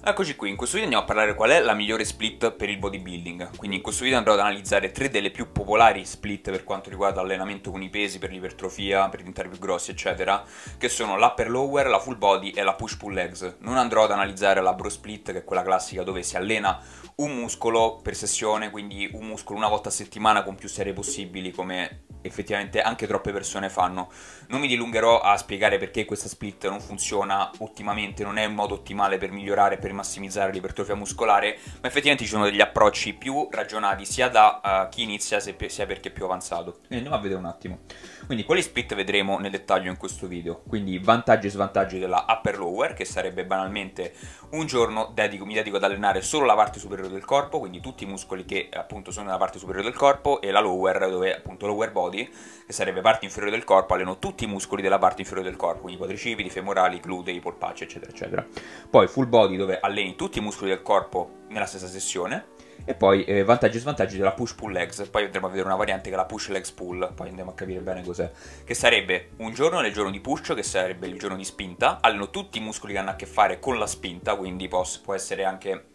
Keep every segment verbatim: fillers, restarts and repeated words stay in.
Eccoci qui, in questo video andiamo a parlare qual è la migliore split per il bodybuilding. Quindi in questo video andrò ad analizzare tre delle più popolari split per quanto riguarda l'allenamento con i pesi, per l'ipertrofia, per diventare più grossi eccetera, che sono l'upper lower, la full body e la push pull legs. Non andrò ad analizzare la bro split, che è quella classica dove si allena un muscolo per sessione, quindi un muscolo una volta a settimana con più serie possibili, come effettivamente anche troppe persone fanno. Non mi dilungherò a spiegare perché questa split non funziona ottimamente, non è un modo ottimale per migliorare e per massimizzare l'ipertrofia muscolare, ma effettivamente ci sono degli approcci più ragionati sia da uh, chi inizia sia perché è più avanzato. Quindi andiamo a vedere un attimo. Quindi quali split vedremo nel dettaglio in questo video? Quindi vantaggi e svantaggi della upper lower, che sarebbe banalmente un giorno dedico, mi dedico ad allenare solo la parte superiore del corpo, quindi tutti i muscoli che appunto sono nella parte superiore del corpo, e la lower, dove appunto lower body, che sarebbe parte inferiore del corpo, alleno tutti i muscoli della parte inferiore del corpo, quindi quadricipiti, femorali, glutei, polpacci eccetera eccetera. Poi full body, dove alleni tutti i muscoli del corpo nella stessa sessione. E poi eh, vantaggi e svantaggi della push pull legs. Poi andremo a vedere una variante che è la push legs pull, poi andiamo a capire bene cos'è, che sarebbe un giorno nel giorno di push, che sarebbe il giorno di spinta, alleno tutti i muscoli che hanno a che fare con la spinta, quindi può, può essere anche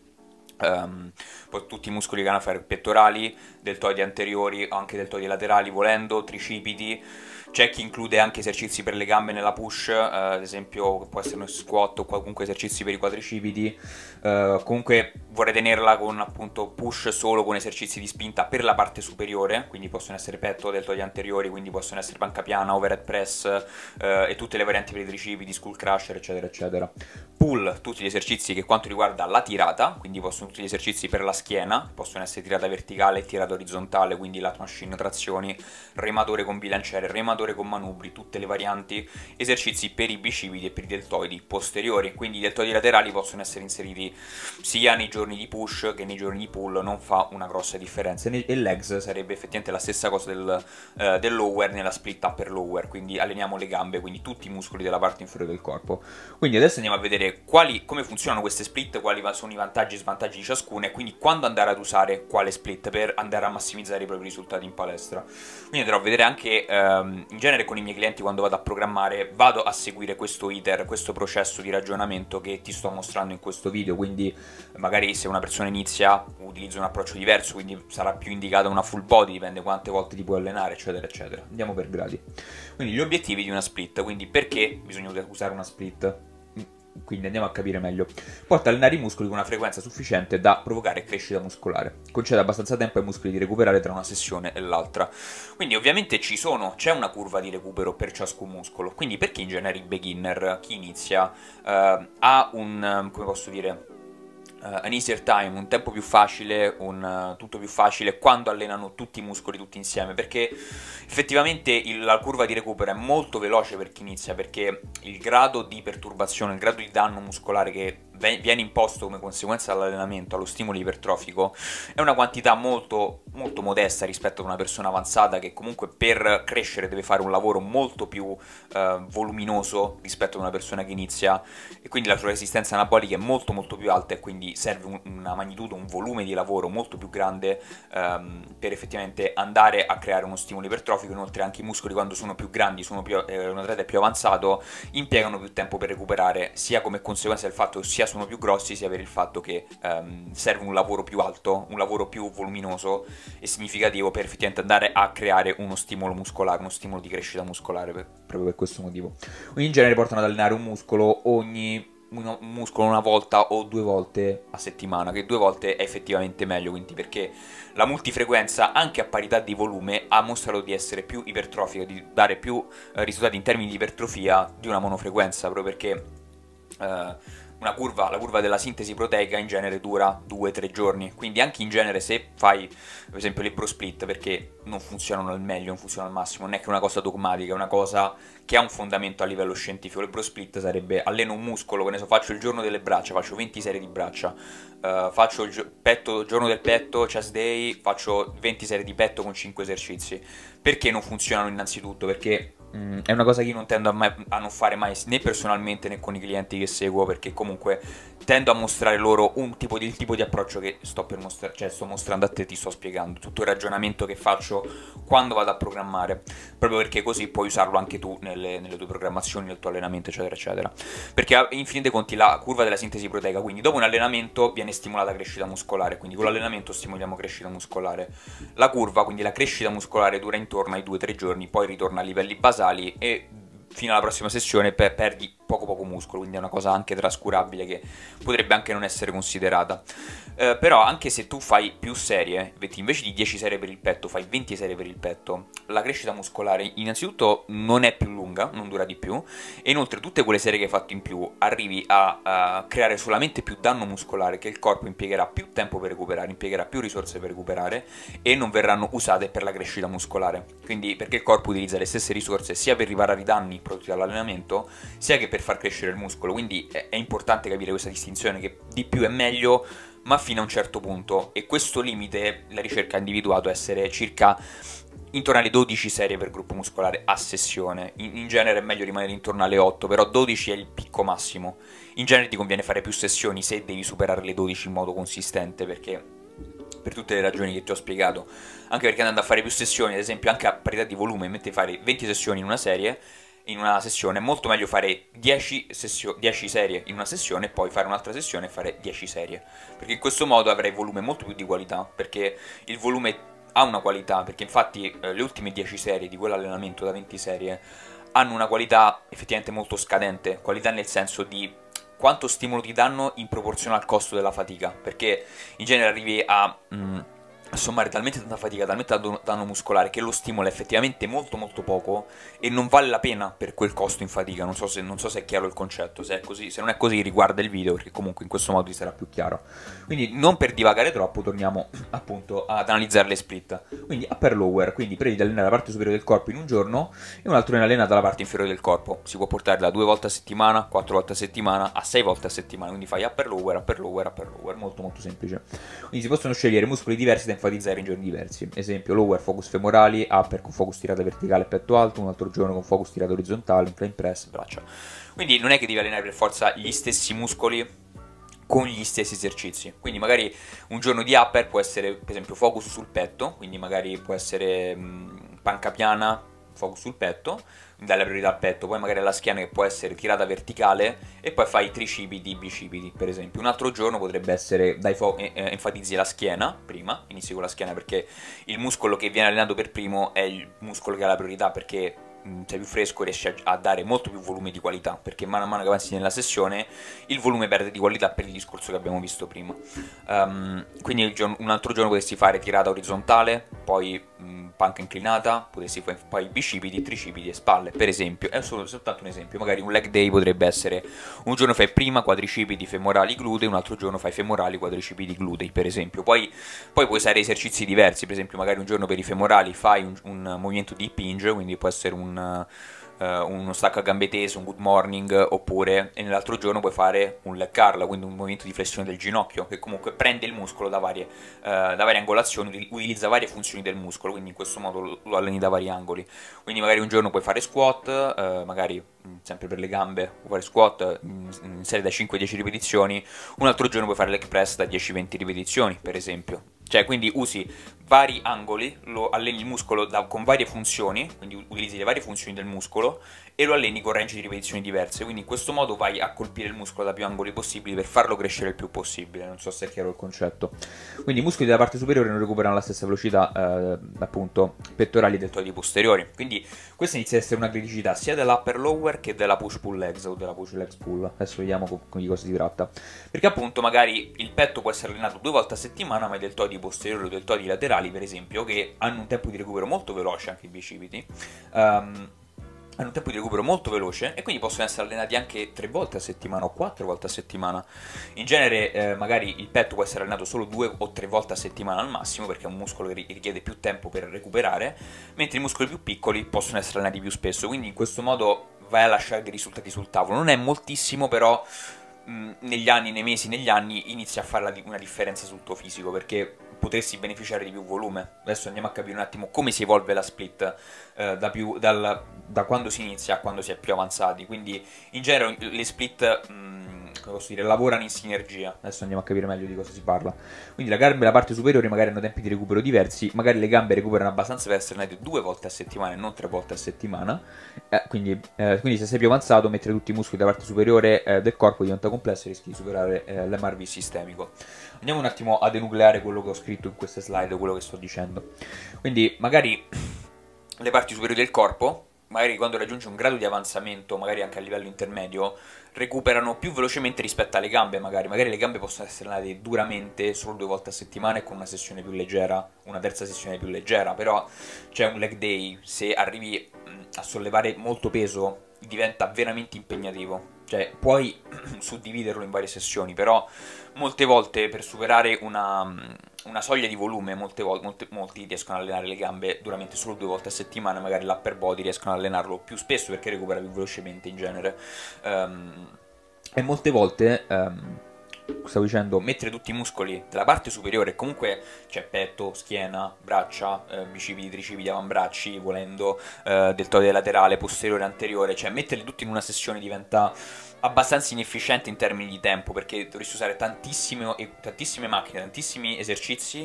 Um, tutti i muscoli che hanno a fare pettorali, deltoidi anteriori o anche deltoidi laterali volendo, tricipiti. C'è chi include anche esercizi per le gambe nella push, uh, ad esempio può essere uno squat o comunque esercizi per i quadricipiti. Uh, comunque vorrei tenerla con appunto push solo con esercizi di spinta per la parte superiore, quindi possono essere petto, deltoidi anteriori, quindi possono essere panca piana, overhead press uh, e tutte le varianti per i tricipiti, skull crusher eccetera eccetera. Pull, tutti gli esercizi che quanto riguarda la tirata, quindi possono tutti gli esercizi per la schiena, possono essere tirata verticale e tirata orizzontale, quindi lat machine, trazioni, rematore con bilanciere, rematore con manubri, tutte le varianti, esercizi per i bicipiti e per i deltoidi posteriori, quindi i deltoidi laterali possono essere inseriti sia nei giorni di push che nei giorni di pull, non fa una grossa differenza. E legs sarebbe effettivamente la stessa cosa del, uh, del lower nella split upper lower, quindi alleniamo le gambe, quindi tutti i muscoli della parte inferiore del corpo. Quindi adesso andiamo a vedere quali, come funzionano queste split, quali sono i vantaggi e svantaggi di ciascuna e quindi quando andare ad usare quale split per andare a massimizzare i propri risultati in palestra. Quindi andrò a vedere anche um, in genere con i miei clienti, quando vado a programmare vado a seguire questo iter, questo processo di ragionamento che ti sto mostrando in questo video. Quindi magari se una persona inizia utilizza un approccio diverso, quindi sarà più indicata una full body, dipende quante volte ti puoi allenare eccetera eccetera. Andiamo per gradi. Quindi gli obiettivi di una split, quindi perché bisogna usare una split. Quindi andiamo a capire meglio. Porta a allenare i muscoli con una frequenza sufficiente da provocare crescita muscolare. Concede abbastanza tempo ai muscoli di recuperare tra una sessione e l'altra. Quindi ovviamente ci sono, c'è una curva di recupero per ciascun muscolo. Quindi perché in genere i beginner, chi inizia, eh, ha un, come posso dire, Uh, an easier time, un tempo più facile, un uh, tutto più facile quando allenano tutti i muscoli tutti insieme, perché effettivamente il, la curva di recupero è molto veloce per chi inizia, perché il grado di perturbazione, il grado di danno muscolare che viene imposto come conseguenza dall'allenamento allo stimolo ipertrofico è una quantità molto molto modesta rispetto ad una persona avanzata che comunque per crescere deve fare un lavoro molto più eh, voluminoso rispetto ad una persona che inizia, e quindi la sua resistenza anabolica è molto molto più alta e quindi serve un, una magnitudo, un volume di lavoro molto più grande ehm, per effettivamente andare a creare uno stimolo ipertrofico. Inoltre anche i muscoli, quando sono più grandi, sono più, eh, un atleta è più avanzato, impiegano più tempo per recuperare, sia come conseguenza del fatto che sia sono più grossi, sia per il fatto che um, serve un lavoro più alto, un lavoro più voluminoso e significativo per effettivamente andare a creare uno stimolo muscolare, uno stimolo di crescita muscolare, per, proprio per questo motivo. Quindi in genere portano ad allenare un muscolo ogni un muscolo una volta o due volte a settimana, che due volte è effettivamente meglio, quindi perché la multifrequenza anche a parità di volume ha mostrato di essere più ipertrofica, di dare più eh, risultati in termini di ipertrofia di una monofrequenza, proprio perché eh, una curva, la curva della sintesi proteica in genere dura due tre giorni, quindi anche in genere se fai per esempio le bro split, perché non funzionano al meglio, non funzionano al massimo, non è che è una cosa dogmatica, è una cosa che ha un fondamento a livello scientifico. Le bro split sarebbe alleno un muscolo, che ne so, faccio il giorno delle braccia, faccio venti serie di braccia, uh, faccio il gio petto, giorno del petto, chest day, faccio venti serie di petto con cinque esercizi. Perché non funzionano innanzitutto? Perché Mm, è una cosa che io non tendo a, mai- a non fare mai, né personalmente né con i clienti che seguo, perché comunque tendo a mostrare loro un tipo di, il tipo di approccio che sto per mostrare, cioè sto mostrando a te, ti sto spiegando tutto il ragionamento che faccio quando vado a programmare, proprio perché così puoi usarlo anche tu nelle, nelle tue programmazioni, nel tuo allenamento, eccetera, eccetera. Perché a- in fin dei conti la curva della sintesi proteica, quindi dopo un allenamento viene stimolata crescita muscolare, quindi con l'allenamento stimoliamo crescita muscolare. La curva, quindi la crescita muscolare, dura intorno ai due tre giorni, poi ritorna a livelli basali e fino alla prossima sessione per, perdi poco poco muscolo, quindi è una cosa anche trascurabile che potrebbe anche non essere considerata. Eh, però anche se tu fai più serie, invece di dieci serie per il petto fai venti serie per il petto, la crescita muscolare innanzitutto non è più lunga, non dura di più, e inoltre tutte quelle serie che hai fatto in più arrivi a, a creare solamente più danno muscolare, che il corpo impiegherà più tempo per recuperare, impiegherà più risorse per recuperare e non verranno usate per la crescita muscolare. Quindi perché il corpo utilizza le stesse risorse sia per riparare i danni prodotti dall'allenamento sia che per far crescere il muscolo, quindi è, è importante capire questa distinzione, che di più è meglio ma fino a un certo punto, e questo limite la ricerca ha individuato essere circa intorno alle dodici serie per gruppo muscolare a sessione. In, in genere è meglio rimanere intorno alle otto, però dodici è il picco massimo. In genere ti conviene fare più sessioni se devi superare le dodici in modo consistente, perché per tutte le ragioni che ti ho spiegato, anche perché andando a fare più sessioni, ad esempio anche a parità di volume, mentre fare venti sessioni in una serie, in una sessione è molto meglio fare dieci, sessio- dieci serie in una sessione e poi fare un'altra sessione e fare dieci serie, perché in questo modo avrai volume molto più di qualità, perché il volume ha una qualità, perché infatti eh, le ultime dieci serie di quell'allenamento da venti serie hanno una qualità effettivamente molto scadente, qualità nel senso di quanto stimolo ti danno in proporzione al costo della fatica, perché in genere arrivi a... Mm, a sommare talmente tanta fatica, talmente tanto danno muscolare, che lo stimolo è effettivamente molto molto poco e non vale la pena per quel costo in fatica. Non so se, non so se è chiaro il concetto, se è così, se non è così riguarda il video, perché comunque in questo modo ti sarà più chiaro. Quindi non per divagare troppo, torniamo appunto ad analizzare le split. Quindi upper lower, quindi previ di allenare la parte superiore del corpo in un giorno e un altro ne allenata la parte inferiore del corpo. Si può portare da due volte a settimana, quattro volte a settimana a sei volte a settimana, quindi fai upper lower, upper lower, upper lower, molto molto semplice. Quindi si possono scegliere muscoli diversi da enfatizzare in giorni diversi. Esempio, lower focus femorali, upper con focus tirata verticale e petto alto, un altro giorno con focus tirato orizzontale, incline press, braccia. Quindi non è che devi allenare per forza gli stessi muscoli con gli stessi esercizi. Quindi magari un giorno di upper può essere per esempio focus sul petto, quindi magari può essere mh, panca piana, focus sul petto, dare la priorità al petto, poi magari alla schiena che può essere tirata verticale e poi fai tricipiti, bicipiti per esempio. Un altro giorno potrebbe essere, dai fo- eh, enfatizzi la schiena prima, inizi con la schiena perché il muscolo che viene allenato per primo è il muscolo che ha la priorità, perché mh, sei più fresco, riesci a, a dare molto più volume di qualità, perché mano a mano che avanzi nella sessione il volume perde di qualità per il discorso che abbiamo visto prima. Um, quindi il giorno, un altro giorno potresti fare tirata orizzontale, poi mh, panca inclinata, potresti fare poi bicipiti, tricipiti e spalle, per esempio. È solo, soltanto un esempio, magari un leg day potrebbe essere un giorno fai prima quadricipiti, femorali, glutei, un altro giorno fai femorali, quadricipiti, glutei, per esempio. Poi, poi puoi usare esercizi diversi, per esempio magari un giorno per i femorali fai un, un movimento di hinge, quindi può essere un... Uh, uno stacco a gambe tese, un good morning, oppure e nell'altro giorno puoi fare un leg curl, quindi un movimento di flessione del ginocchio che comunque prende il muscolo da varie, uh, da varie angolazioni, utilizza varie funzioni del muscolo, quindi in questo modo lo, lo alleni da vari angoli. Quindi magari un giorno puoi fare squat, uh, magari sempre per le gambe puoi fare squat in, in serie da cinque dieci ripetizioni, un altro giorno puoi fare leg press da dieci venti ripetizioni per esempio. Cioè, quindi usi vari angoli, lo alleni il muscolo da, con varie funzioni, quindi utilizzi le varie funzioni del muscolo e lo alleni con range di ripetizioni diverse. Quindi in questo modo vai a colpire il muscolo da più angoli possibili per farlo crescere il più possibile. Non so se è chiaro il concetto. Quindi i muscoli della parte superiore non recuperano la stessa velocità, eh, appunto, pettorali e deltoidi posteriori. Quindi questa inizia ad essere una criticità sia dell'upper lower che della push pull legs o della push legs pull. Adesso vediamo con, con di cosa si tratta. Perché appunto magari il petto può essere allenato due volte a settimana, ma i deltoidi posteriori o deltoidi laterali, per esempio, che hanno un tempo di recupero molto veloce, anche i bicipiti, um, hanno un tempo di recupero molto veloce e quindi possono essere allenati anche tre volte a settimana o quattro volte a settimana. In genere eh, magari il petto può essere allenato solo due o tre volte a settimana al massimo, perché è un muscolo che richiede più tempo per recuperare, mentre i muscoli più piccoli possono essere allenati più spesso, quindi in questo modo vai a lasciare dei risultati sul tavolo. Non è moltissimo, però negli anni, nei mesi, negli anni inizia a fare una differenza sul tuo fisico, perché potresti beneficiare di più volume. Adesso andiamo a capire un attimo come si evolve la split eh, da, più, dal, da quando si inizia a quando si è più avanzati. Quindi in genere le split mh, come posso dire, lavorano in sinergia. Adesso andiamo a capire meglio di cosa si parla. Quindi la gambe e la parte superiore magari hanno tempi di recupero diversi, magari le gambe recuperano abbastanza per essere allenate due volte a settimana e non tre volte a settimana. Eh, quindi, eh, quindi se sei più avanzato, mettere tutti i muscoli della parte superiore eh, del corpo diventa complesso e rischi di superare eh, l'M R V sistemico. Andiamo un attimo a denucleare quello che ho scritto in queste slide, quello che sto dicendo. Quindi magari le parti superiori del corpo, magari quando raggiunge un grado di avanzamento, magari anche a livello intermedio, recuperano più velocemente rispetto alle gambe, magari. Magari le gambe possono essere allenate duramente solo due volte a settimana e con una sessione più leggera, una terza sessione più leggera, però c'è un leg day, se arrivi a sollevare molto peso diventa veramente impegnativo. Cioè, puoi suddividerlo in varie sessioni, però molte volte per superare una, una soglia di volume, molte volte, molte, molti riescono ad allenare le gambe duramente solo due volte a settimana, magari l'upper body riescono ad allenarlo più spesso perché recupera più velocemente in genere. Um, e molte volte... Um, stavo dicendo, mettere tutti i muscoli della parte superiore, comunque c'è petto, schiena, braccia, eh, bicipiti, tricipiti, avambracci, volendo, eh, deltoide laterale, posteriore, anteriore, cioè metterli tutti in una sessione diventa abbastanza inefficiente in termini di tempo, perché dovresti usare tantissime, tantissime macchine, tantissimi esercizi,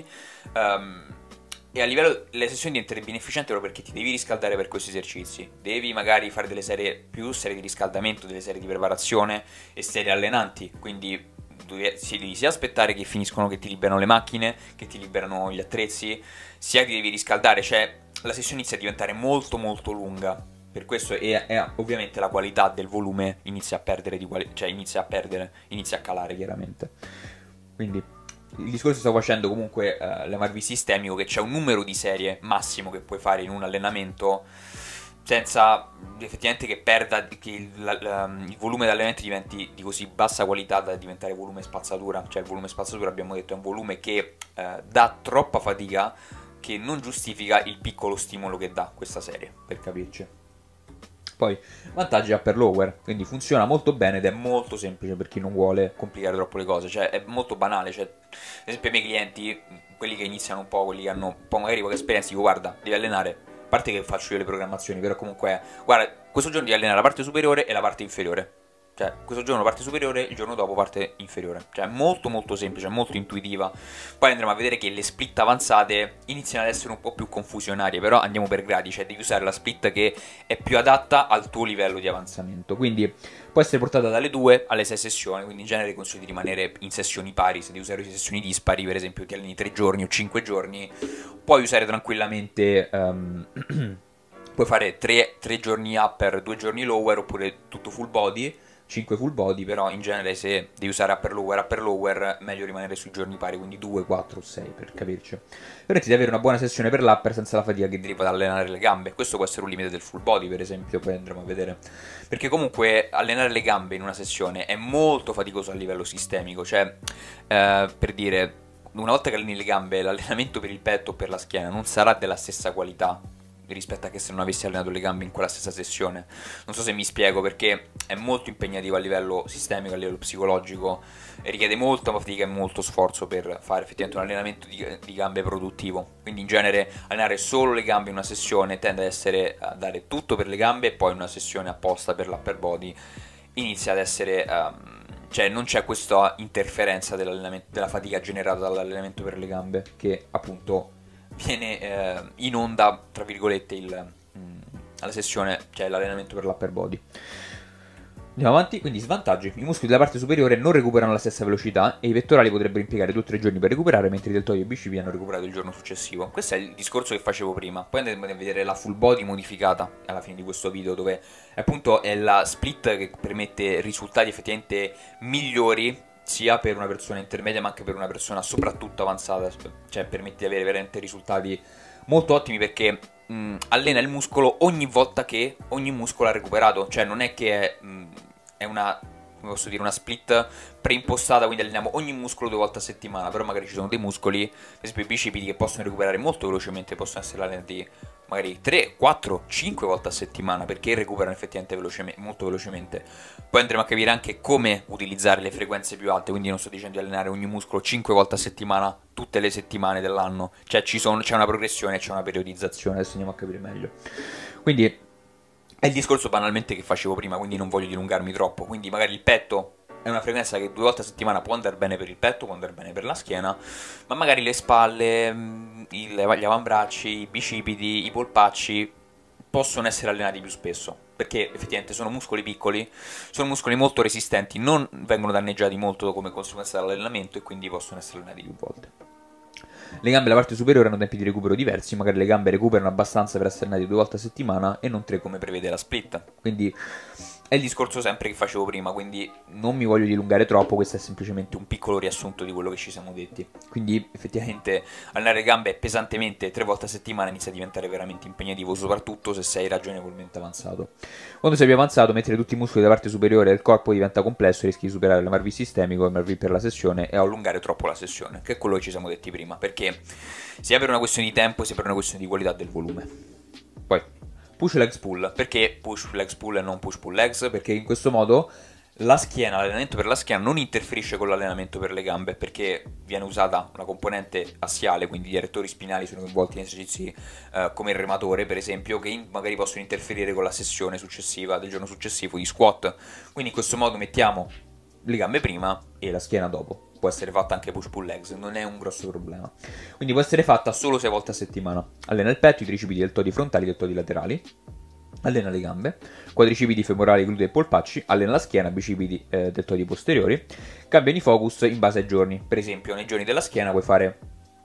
um, e a livello le sessioni diventerebbero inefficienti proprio perché ti devi riscaldare per questi esercizi, devi magari fare delle serie più serie di riscaldamento, delle serie di preparazione e serie allenanti, quindi si devi sia aspettare che finiscono, che ti liberano le macchine, che ti liberano gli attrezzi, sia che devi riscaldare, cioè la sessione inizia a diventare molto molto lunga. Per questo è, è ovviamente la qualità del volume inizia a perdere, di quali- cioè inizia a perdere, inizia a calare chiaramente. Quindi il discorso che stavo facendo comunque, uh, l'M R V sistemico, che c'è un numero di serie massimo che puoi fare in un allenamento senza effettivamente che perda, che il, la, la, il volume di allenamento diventi di così bassa qualità da diventare volume spazzatura. Cioè il volume spazzatura, abbiamo detto, è un volume che eh, dà troppa fatica, che non giustifica il piccolo stimolo che dà questa serie, per capirci. Poi vantaggi upper lower, quindi funziona molto bene ed è molto semplice per chi non vuole complicare troppo le cose, cioè è molto banale. Cioè, ad esempio i miei clienti, quelli che iniziano un po', quelli che hanno un po' magari poca esperienza, dico guarda, devi allenare, a parte che faccio io le programmazioni, però comunque, guarda, questo giorno devi allenare la parte superiore e la parte inferiore. Cioè, questo giorno parte superiore, il giorno dopo parte inferiore. Cioè, è molto molto semplice, molto intuitiva. Poi andremo a vedere che le split avanzate iniziano ad essere un po' più confusionarie, però andiamo per gradi, cioè devi usare la split che è più adatta al tuo livello di avanzamento. Quindi può essere portata dalle due alle sei sessioni, quindi in genere consiglio di rimanere in sessioni pari. Se devi usare sessioni dispari, per esempio ti alleni tre giorni o cinque giorni, puoi usare tranquillamente... Um, puoi fare tre giorni upper, due giorni lower, oppure tutto full body, cinque full body, però in genere se devi usare upper lower, upper lower, meglio rimanere sui giorni pari, quindi due, quattro, sei per capirci. Permetti di avere una buona sessione per l'upper senza la fatica che deriva da allenare le gambe. Questo può essere un limite del full body, per esempio, poi andremo a vedere. Perché comunque allenare le gambe in una sessione è molto faticoso a livello sistemico, cioè eh, per dire, una volta che alleni le gambe, l'allenamento per il petto o per la schiena non sarà della stessa qualità rispetto a che se non avessi allenato le gambe in quella stessa sessione. Non so se mi spiego, perché è molto impegnativo a livello sistemico, a livello psicologico, e richiede molta fatica e molto sforzo per fare effettivamente un allenamento di, di gambe produttivo. Quindi in genere allenare solo le gambe in una sessione tende ad essere a dare tutto per le gambe, e poi una sessione apposta per l'upper body inizia ad essere um, cioè non c'è questa interferenza della fatica generata dall'allenamento per le gambe, che appunto viene eh, in onda, tra virgolette, il, mh, alla sessione, cioè l'allenamento per l'upper body. Andiamo avanti, quindi svantaggi. I muscoli della parte superiore non recuperano alla stessa velocità e i pettorali potrebbero impiegare due o tre giorni per recuperare, mentre i deltoidi e i bicipiti hanno recuperato il giorno successivo. Questo è il discorso che facevo prima. Poi andremo a vedere la full body modificata alla fine di questo video, dove appunto è la split che permette risultati effettivamente migliori sia per una persona intermedia ma anche per una persona soprattutto avanzata, cioè permette di avere veramente risultati molto ottimi, perché mh, allena il muscolo ogni volta che ogni muscolo ha recuperato, cioè non è che è, mh, è una come posso dire, una split preimpostata, quindi alleniamo ogni muscolo due volte a settimana, però magari ci sono dei muscoli, per esempio i bicipiti, che possono recuperare molto velocemente, possono essere allenati magari tre, quattro, cinque volte a settimana, perché recuperano effettivamente velocemente, molto velocemente. Poi andremo a capire anche come utilizzare le frequenze più alte, quindi non sto dicendo di allenare ogni muscolo cinque volte a settimana tutte le settimane dell'anno, cioè ci sono, c'è una progressione, c'è una periodizzazione, adesso andiamo a capire meglio. Quindi è il discorso banalmente che facevo prima, quindi non voglio dilungarmi troppo, quindi magari il petto è una frequenza che due volte a settimana può andare bene per il petto, può andare bene per la schiena, ma magari le spalle, gli avambracci, i bicipiti, i polpacci possono essere allenati più spesso, perché effettivamente sono muscoli piccoli, sono muscoli molto resistenti, non vengono danneggiati molto come conseguenza dell'allenamento e quindi possono essere allenati più volte. Le gambe e la parte superiore hanno tempi di recupero diversi, magari le gambe recuperano abbastanza per essere allenate due volte a settimana e non tre come prevede la split, quindi è il discorso sempre che facevo prima, quindi non mi voglio dilungare troppo, questo è semplicemente un piccolo riassunto di quello che ci siamo detti. Quindi effettivamente allenare le gambe pesantemente tre volte a settimana inizia a diventare veramente impegnativo, soprattutto se sei ragionevolmente avanzato. Quando sei più avanzato, mettere tutti i muscoli della parte superiore del corpo diventa complesso e rischi di superare l'M R V sistemico, l'M R V per la sessione e allungare troppo la sessione, che è quello che ci siamo detti prima, perché sia per una questione di tempo sia per una questione di qualità del volume. Poi push legs pull, perché push legs pull e non push pull legs? Perché in questo modo la schiena, l'allenamento per la schiena non interferisce con l'allenamento per le gambe, perché viene usata una componente assiale, quindi gli erettori spinali sono coinvolti in esercizi eh, come il rematore per esempio, che in, magari possono interferire con la sessione successiva del giorno successivo di squat, quindi in questo modo mettiamo le gambe prima e la schiena dopo. Può essere fatta anche push pull legs, non è un grosso problema. Quindi può essere fatta solo sei volte a settimana. Allena il petto, i tricipiti, deltoidi frontali, deltoidi laterali. Allena le gambe, quadricipiti, femorali, glutei e polpacci. Allena la schiena, bicipiti, eh, deltoidi posteriori. Cambiano i focus in base ai giorni. Per esempio, nei giorni della schiena puoi fare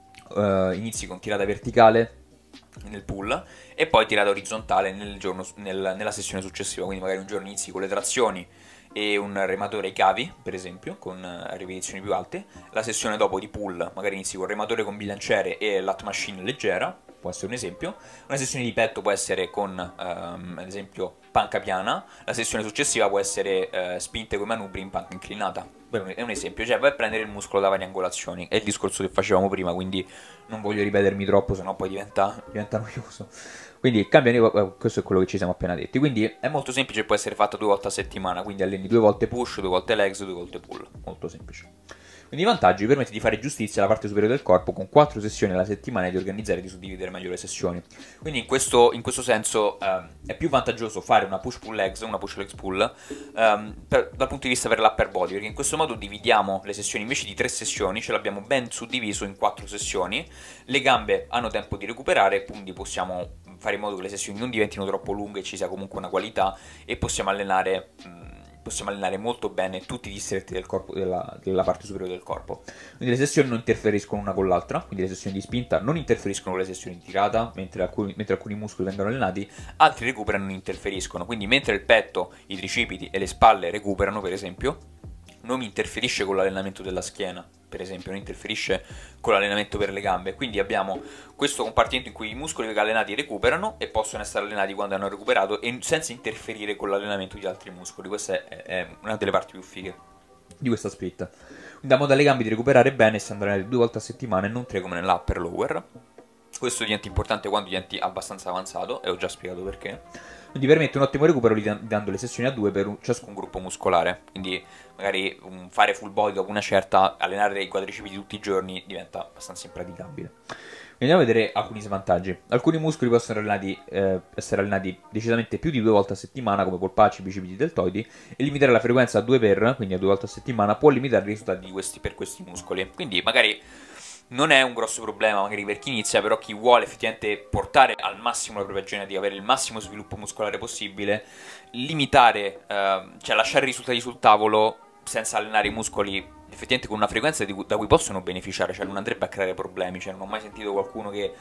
uh, inizi con tirata verticale nel pull e poi tirata orizzontale nel giorno, nel, nella sessione successiva. Quindi magari un giorno inizi con le trazioni e un rematore ai cavi, per esempio, con ripetizioni più alte. La sessione dopo di pull, magari inizi con rematore con bilanciere e lat machine leggera, può essere un esempio. Una sessione di petto può essere con, um, ad esempio, panca piana. La sessione successiva può essere uh, spinte con i manubri in panca inclinata. È un esempio, cioè vai a prendere il muscolo da varie angolazioni. È il discorso che facevamo prima, quindi non voglio ripetermi troppo, sennò poi diventa, diventa noioso. Quindi cambiano, questo è quello che ci siamo appena detti. Quindi è molto semplice, può essere fatta due volte a settimana. Quindi alleni due volte push, due volte legs, due volte pull. Molto semplice. Quindi i vantaggi: permette di fare giustizia alla parte superiore del corpo con quattro sessioni alla settimana e di organizzare e di suddividere meglio le sessioni. Quindi in questo, in questo senso eh, è più vantaggioso fare una push pull legs, una push legs pull ehm, per, dal punto di vista per l'upper body, perché in questo modo dividiamo le sessioni, invece di tre sessioni ce l'abbiamo ben suddiviso in quattro sessioni. Le gambe hanno tempo di recuperare, quindi possiamo fare in modo che le sessioni non diventino troppo lunghe e ci sia comunque una qualità, e possiamo allenare mh, possiamo allenare molto bene tutti i distretti del corpo, della, della parte superiore del corpo. Quindi le sessioni non interferiscono una con l'altra, quindi le sessioni di spinta non interferiscono con le sessioni di tirata, mentre alcuni, mentre alcuni muscoli vengono allenati, altri recuperano e non interferiscono. Quindi mentre il petto, i tricipiti e le spalle recuperano, per esempio, non interferisce con l'allenamento della schiena, per esempio, non interferisce con l'allenamento per le gambe. Quindi abbiamo questo compartimento in cui i muscoli allenati recuperano e possono essere allenati quando hanno recuperato e senza interferire con l'allenamento di altri muscoli. Questa è, è una delle parti più fighe di questa split. Quindi dà modo alle gambe di recuperare bene, essendo allenati due volte a settimana e non tre come nell'upper lower. Questo diventa importante quando diventi abbastanza avanzato, e ho già spiegato perché. Quindi permette un ottimo recupero dando le sessioni a due per un, ciascun gruppo muscolare. Quindi magari um, fare full body dopo una certa, allenare i quadricipiti tutti i giorni diventa abbastanza impraticabile. Quindi andiamo a vedere alcuni svantaggi. Alcuni muscoli possono allenati, eh, essere allenati decisamente più di due volte a settimana, come polpacci, bicipiti, deltoidi, e limitare la frequenza a due per, quindi a due volte a settimana, può limitare i risultati di questi, per questi muscoli. Quindi magari non è un grosso problema magari per chi inizia, però chi vuole effettivamente portare al massimo la propria genetica, avere il massimo sviluppo muscolare possibile, limitare, eh, cioè lasciare i risultati sul tavolo senza allenare i muscoli effettivamente con una frequenza di cui, da cui possono beneficiare, cioè non andrebbe a creare problemi. Cioè non ho mai sentito qualcuno che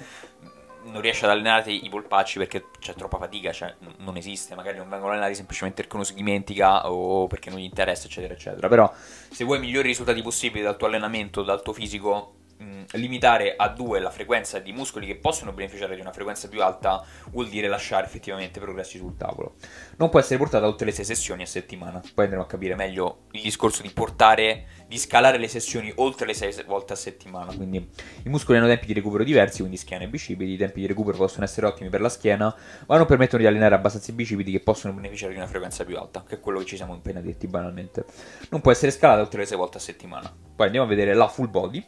non riesce ad allenare i polpacci perché c'è troppa fatica, cioè non esiste. Magari non vengono allenati semplicemente perché uno si dimentica o perché non gli interessa, eccetera eccetera. Però se vuoi migliori risultati possibili dal tuo allenamento, dal tuo fisico, mh, limitare a due la frequenza di muscoli che possono beneficiare di una frequenza più alta vuol dire lasciare effettivamente progressi sul tavolo. Non può essere portata a tutte le sei sessioni a settimana. Poi andremo a capire meglio il discorso di portare, di scalare le sessioni oltre le sei volte a settimana. Quindi i muscoli hanno tempi di recupero diversi, quindi schiena e bicipiti. I tempi di recupero possono essere ottimi per la schiena, ma non permettono di allenare abbastanza i bicipiti che possono beneficiare di una frequenza più alta, che è quello che ci siamo appena detti banalmente. Non può essere scalata oltre le sei volte a settimana. Poi andiamo a vedere la full body.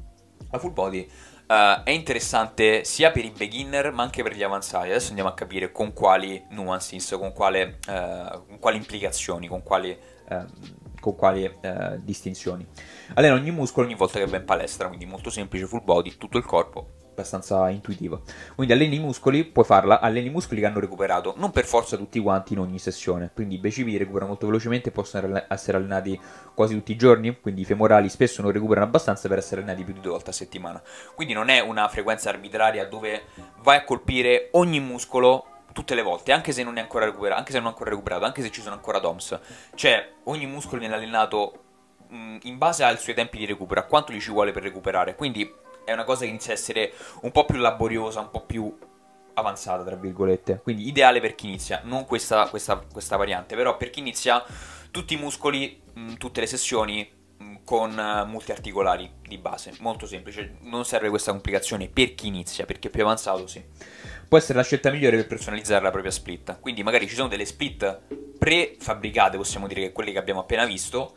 La full body uh, è interessante sia per i beginner ma anche per gli avanzati. Adesso andiamo a capire con quali nuances, con, quale, uh, con quali implicazioni, con quali, uh, con quali uh, distinzioni. Allena ogni muscolo ogni volta che va in palestra, quindi molto semplice, full body, tutto il corpo, abbastanza intuitiva. Quindi alleni i muscoli, puoi farla, alleni i muscoli che hanno recuperato, non per forza tutti quanti in ogni sessione. Quindi i bicipiti recuperano molto velocemente e possono essere allenati quasi tutti i giorni, quindi i femorali spesso non recuperano abbastanza per essere allenati più di due volte a settimana. Quindi non è una frequenza arbitraria dove vai a colpire ogni muscolo tutte le volte, anche se non è ancora recuperato, anche se non è ancora recuperato, anche se ci sono ancora D O M S. Cioè, ogni muscolo viene allenato mh, in base ai suoi tempi di recupero, a quanto gli ci vuole per recuperare. Quindi è una cosa che inizia a essere un po' più laboriosa, un po' più avanzata, tra virgolette. Quindi ideale per chi inizia, non questa, questa, questa variante, però per chi inizia tutti i muscoli, mh, tutte le sessioni mh, con uh, multiarticolari di base, molto semplice, non serve questa complicazione per chi inizia, perché più avanzato sì. Può essere la scelta migliore per personalizzare la propria split, quindi magari ci sono delle split prefabbricate, possiamo dire, che quelle che abbiamo appena visto.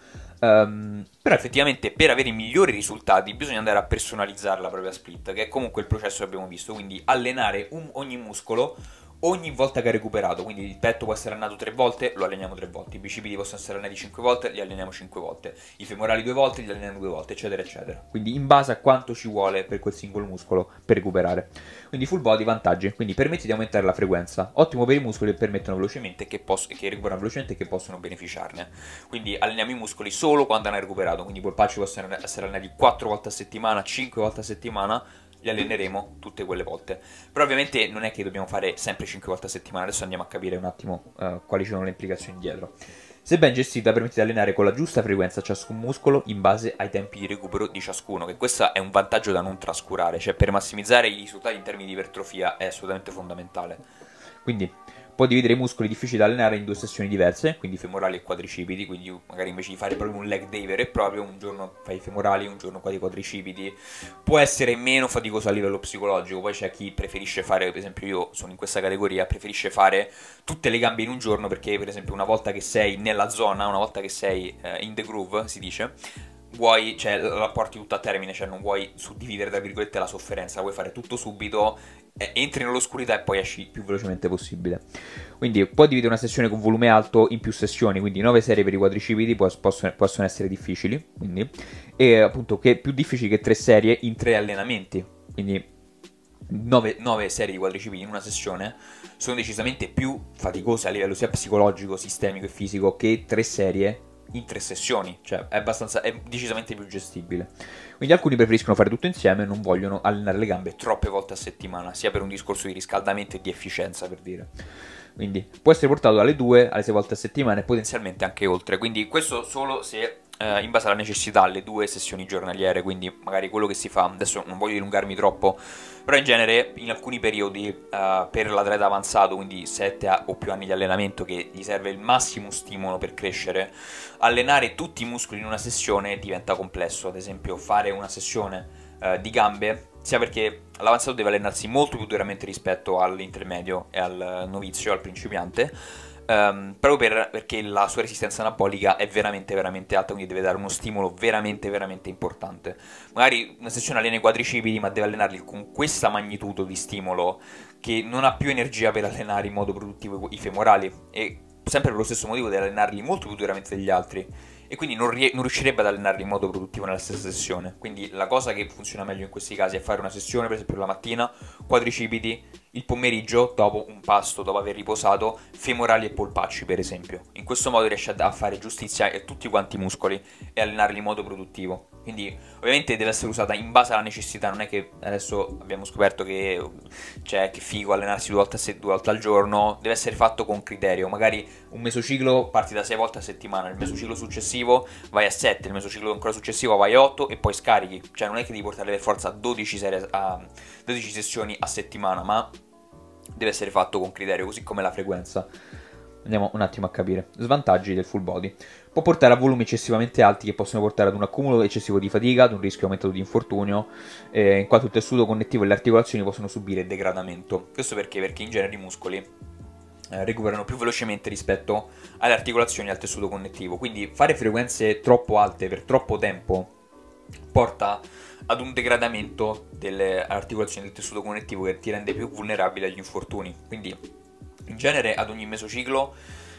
Um, però effettivamente per avere i migliori risultati bisogna andare a personalizzare la propria split, che è comunque il processo che abbiamo visto, quindi allenare un, ogni muscolo ogni volta che ha recuperato. Quindi il petto può essere allenato tre volte, lo alleniamo tre volte, i bicipiti possono essere allenati cinque volte, li alleniamo cinque volte, i femorali due volte, li alleniamo due volte, eccetera eccetera. Quindi in base a quanto ci vuole per quel singolo muscolo per recuperare. Quindi full body, vantaggi, quindi permette di aumentare la frequenza, ottimo per i muscoli che permettono velocemente che, poss- che recuperano velocemente e che possono beneficiarne. Quindi alleniamo i muscoli solo quando hanno recuperato, quindi i polpacci possono essere allenati quattro volte a settimana, cinque volte a settimana, li alleneremo tutte quelle volte. Però ovviamente non è che dobbiamo fare sempre cinque volte a settimana. Adesso andiamo a capire un attimo uh, quali sono le implicazioni dietro. Se ben gestita permette di allenare con la giusta frequenza ciascun muscolo in base ai tempi di recupero di ciascuno, che questo è un vantaggio da non trascurare, cioè per massimizzare i risultati in termini di ipertrofia è assolutamente fondamentale. Quindi può dividere i muscoli difficili da allenare in due sessioni diverse, quindi femorali e quadricipiti, quindi magari invece di fare proprio un leg day vero e proprio, un giorno fai i femorali, un giorno fai i quadricipiti. Può essere meno faticoso a livello psicologico, poi c'è chi preferisce fare, per esempio io sono in questa categoria, preferisce fare tutte le gambe in un giorno perché per esempio una volta che sei nella zona, una volta che sei uh, in the groove, si dice, vuoi, cioè la porti tutto a termine, cioè non vuoi suddividere tra virgolette la sofferenza, vuoi fare tutto subito, eh, entri nell'oscurità e poi esci più velocemente possibile. Quindi può dividere una sessione con volume alto in più sessioni, quindi nove serie per i quadricipiti possono, possono essere difficili, quindi, e appunto che più difficili che tre serie in tre allenamenti, quindi nove serie di quadricipiti in una sessione sono decisamente più faticose a livello sia psicologico, sistemico e fisico che tre serie in tre sessioni, cioè è abbastanza, è decisamente più gestibile. Quindi alcuni preferiscono fare tutto insieme e non vogliono allenare le gambe troppe volte a settimana, sia per un discorso di riscaldamento e di efficienza, per dire. Quindi può essere portato dalle due alle sei volte a settimana e potenzialmente anche oltre, quindi questo solo se eh, in base alla necessità, alle due sessioni giornaliere, quindi magari quello che si fa, adesso non voglio dilungarmi troppo, però in genere in alcuni periodi uh, per l'atleta avanzato, quindi sette o più anni di allenamento che gli serve il massimo stimolo per crescere, allenare tutti i muscoli in una sessione diventa complesso. Ad esempio fare una sessione uh, di gambe, sia perché l'avanzato deve allenarsi molto più duramente rispetto all'intermedio e al novizio, al principiante, Um, proprio per, perché la sua resistenza anabolica è veramente veramente alta, quindi deve dare uno stimolo veramente veramente importante. Magari una sessione allena i quadricipiti, ma deve allenarli con questa magnitudo di stimolo che non ha più energia per allenare in modo produttivo i femorali, e sempre per lo stesso motivo deve allenarli molto più duramente degli altri, e quindi non, rie- non riuscirebbe ad allenarli in modo produttivo nella stessa sessione. Quindi la cosa che funziona meglio in questi casi è fare una sessione, per esempio la mattina, quadricipiti, il pomeriggio, dopo un pasto, dopo aver riposato, femorali e polpacci per esempio. In questo modo riesce a fare giustizia a tutti quanti i muscoli e allenarli in modo produttivo. Quindi ovviamente deve essere usata in base alla necessità, non è che adesso abbiamo scoperto che cioè, che figo allenarsi due volte, a se- due volte al giorno, deve essere fatto con criterio. Magari un mesociclo parti da sei volte a settimana, il mesociclo successivo successivo vai a sette, il mesociclo ancora successivo vai a otto e poi scarichi. Cioè non è che devi portare per forza dodici, serie a, dodici sessioni a settimana, ma deve essere fatto con criterio, così come la frequenza. Andiamo un attimo a capire. Svantaggi del full body. Può portare a volumi eccessivamente alti che possono portare ad un accumulo eccessivo di fatica, ad un rischio aumentato di infortunio, eh, in quanto il tessuto connettivo e le articolazioni possono subire degradamento. Questo perché? Perché in genere i muscoli eh, recuperano più velocemente rispetto alle articolazioni e al tessuto connettivo. Quindi fare frequenze troppo alte per troppo tempo porta ad un degradamento delle articolazioni del tessuto connettivo che ti rende più vulnerabile agli infortuni. Quindi in genere ad ogni mesociclo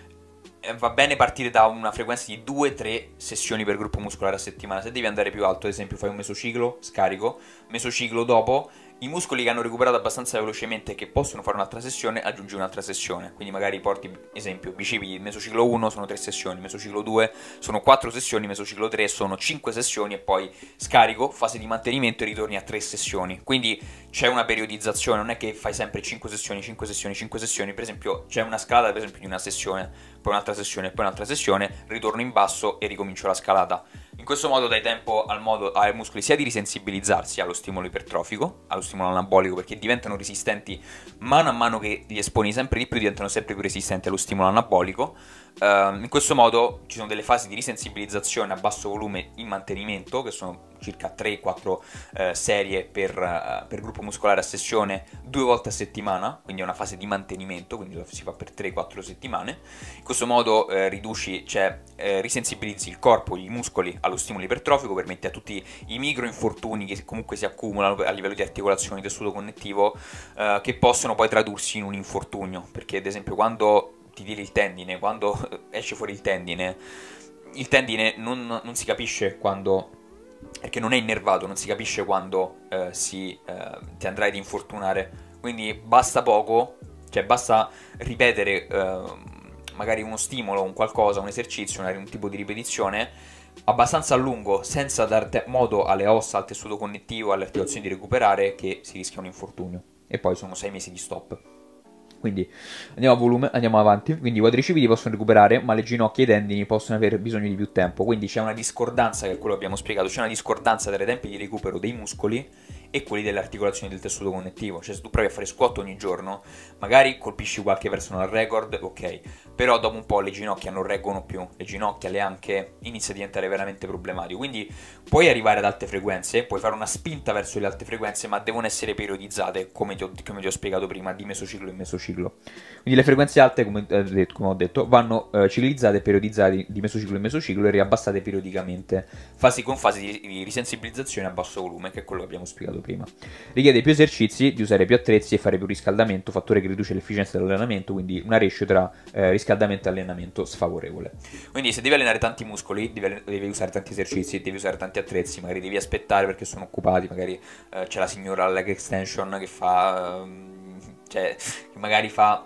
eh, va bene partire da una frequenza di due tre sessioni per gruppo muscolare a settimana. Se devi andare più alto, ad esempio fai un mesociclo, scarico, mesociclo dopo, i muscoli che hanno recuperato abbastanza velocemente e che possono fare un'altra sessione, aggiungi un'altra sessione. Quindi magari porti, esempio, bicipiti, mesociclo uno sono tre sessioni, mesociclo due sono quattro sessioni, mesociclo tre sono cinque sessioni e poi scarico, fase di mantenimento e ritorni a tre sessioni. Quindi c'è una periodizzazione, non è che fai sempre cinque sessioni, cinque sessioni, cinque sessioni. Per esempio c'è una scalata per esempio di una sessione, poi un'altra sessione, poi un'altra sessione, ritorno in basso e ricomincio la scalata. In questo modo dai tempo al modo, ai muscoli sia di risensibilizzarsi allo stimolo ipertrofico, allo stimolo anabolico, perché diventano resistenti mano a mano che li esponi sempre di più, diventano sempre più resistenti allo stimolo anabolico. Uh, in questo modo ci sono delle fasi di risensibilizzazione a basso volume in mantenimento, che sono circa tre quattro uh, serie per, uh, per gruppo muscolare a sessione due volte a settimana, quindi è una fase di mantenimento, quindi lo si fa per tre quattro settimane. In questo modo uh, riduci, cioè uh, risensibilizzi il corpo, i muscoli allo stimolo ipertrofico, permette a tutti i micro infortuni che comunque si accumulano a livello di articolazioni, tessuto connettivo, uh, che possono poi tradursi in un infortunio, perché ad esempio quando ti tiri il tendine, quando esce fuori il tendine, il tendine non, non si capisce quando, perché non è innervato, non si capisce quando eh, si, eh, ti andrai ad infortunare. Quindi basta poco, cioè basta ripetere eh, magari uno stimolo, un qualcosa, un esercizio, un tipo di ripetizione abbastanza a lungo, senza dar modo alle ossa, al tessuto connettivo, alle articolazioni di recuperare, che si rischia un infortunio. E poi sono sei mesi di stop. Quindi andiamo a volume, andiamo avanti. Quindi i quadricipiti possono recuperare, ma le ginocchia e i tendini possono avere bisogno di più tempo. Quindi c'è una discordanza, che è quello che abbiamo spiegato, c'è una discordanza tra i tempi di recupero dei muscoli e quelli delle articolazioni del tessuto connettivo. Cioè se tu provi a fare squat ogni giorno, magari colpisci qualche personal record, ok, però dopo un po' le ginocchia non reggono più, le ginocchia, le anche, inizia a diventare veramente problematico. Quindi puoi arrivare ad alte frequenze, puoi fare una spinta verso le alte frequenze, ma devono essere periodizzate, come ti ho, come ti ho spiegato prima, di mesociclo in mesociclo. Quindi le frequenze alte, come, eh, come ho detto, vanno eh, ciclizzate e periodizzate di mesociclo in mesociclo e riabbassate periodicamente, fasi con fasi di, di risensibilizzazione a basso volume, che è quello che abbiamo spiegato prima. Richiede più esercizi, di usare più attrezzi e fare più riscaldamento, fattore che riduce l'efficienza dell'allenamento, quindi una ratio tra eh, riscaldamento e allenamento sfavorevole. Quindi se devi allenare tanti muscoli, devi, devi usare tanti esercizi, devi usare tanti attrezzi, magari devi aspettare perché sono occupati, magari eh, c'è la signora leg extension che fa, um, cioè che magari fa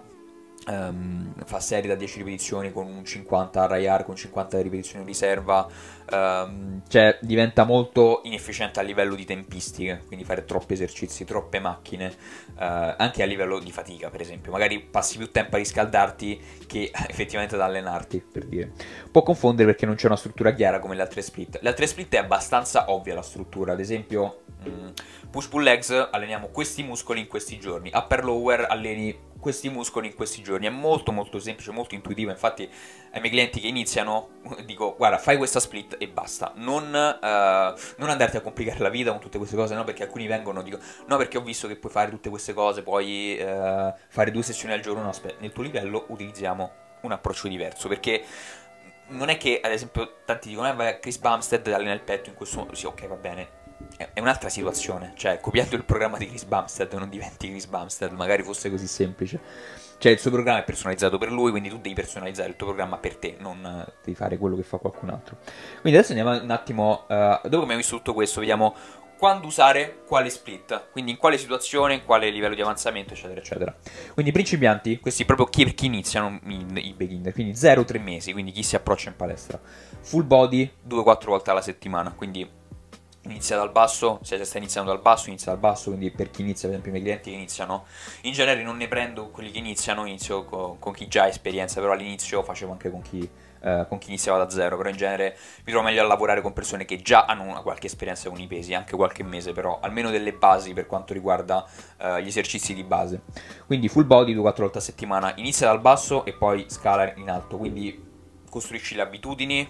Um, fa serie da dieci ripetizioni con un cinquanta R I R, con cinquanta ripetizioni in riserva, um, cioè diventa molto inefficiente a livello di tempistiche, quindi fare troppi esercizi, troppe macchine, uh, anche a livello di fatica. Per esempio magari passi più tempo a riscaldarti che effettivamente ad allenarti, per dire. Può confondere perché non c'è una struttura chiara come le altre split. Le altre split è abbastanza ovvia la struttura, ad esempio um, push pull legs, alleniamo questi muscoli in questi giorni, upper lower alleni questi muscoli in questi giorni. È molto molto semplice, molto intuitivo. Infatti ai miei clienti che iniziano dico: guarda, fai questa split e basta, non, uh, non andarti a complicare la vita con tutte queste cose, no, perché alcuni vengono, dico no perché ho visto che puoi fare tutte queste cose, puoi uh, fare due sessioni al giorno. No, aspetta, nel tuo livello utilizziamo un approccio diverso, perché non è che ad esempio tanti dicono eh, vai, Chris Bumstead allena il petto in questo modo. Sì, ok, va bene, è un'altra situazione, cioè copiando il programma di Chris Bumstead non diventi Chris Bumstead, magari fosse così semplice. Cioè il suo programma è personalizzato per lui, quindi tu devi personalizzare il tuo programma per te, non devi fare quello che fa qualcun altro. Quindi adesso andiamo un attimo, uh, dopo che abbiamo visto tutto questo, vediamo quando usare quale split, quindi in quale situazione, in quale livello di avanzamento, eccetera eccetera. Quindi i principianti, questi proprio chi, chi iniziano, i, i beginner, quindi zero tre mesi, quindi chi si approccia in palestra. Full body due quattro volte alla settimana, quindi inizia dal basso, se stai iniziando dal basso, inizia dal basso, quindi per chi inizia, per esempio i miei clienti che iniziano, in genere non ne prendo quelli che iniziano, inizio con, con chi già ha esperienza, però all'inizio facevo anche con chi eh, con chi iniziava da zero, però in genere mi trovo meglio a lavorare con persone che già hanno una qualche esperienza con i pesi, anche qualche mese, però almeno delle basi per quanto riguarda eh, gli esercizi di base. Quindi full body due quattro volte a settimana, inizia dal basso e poi scala in alto, quindi costruisci le abitudini,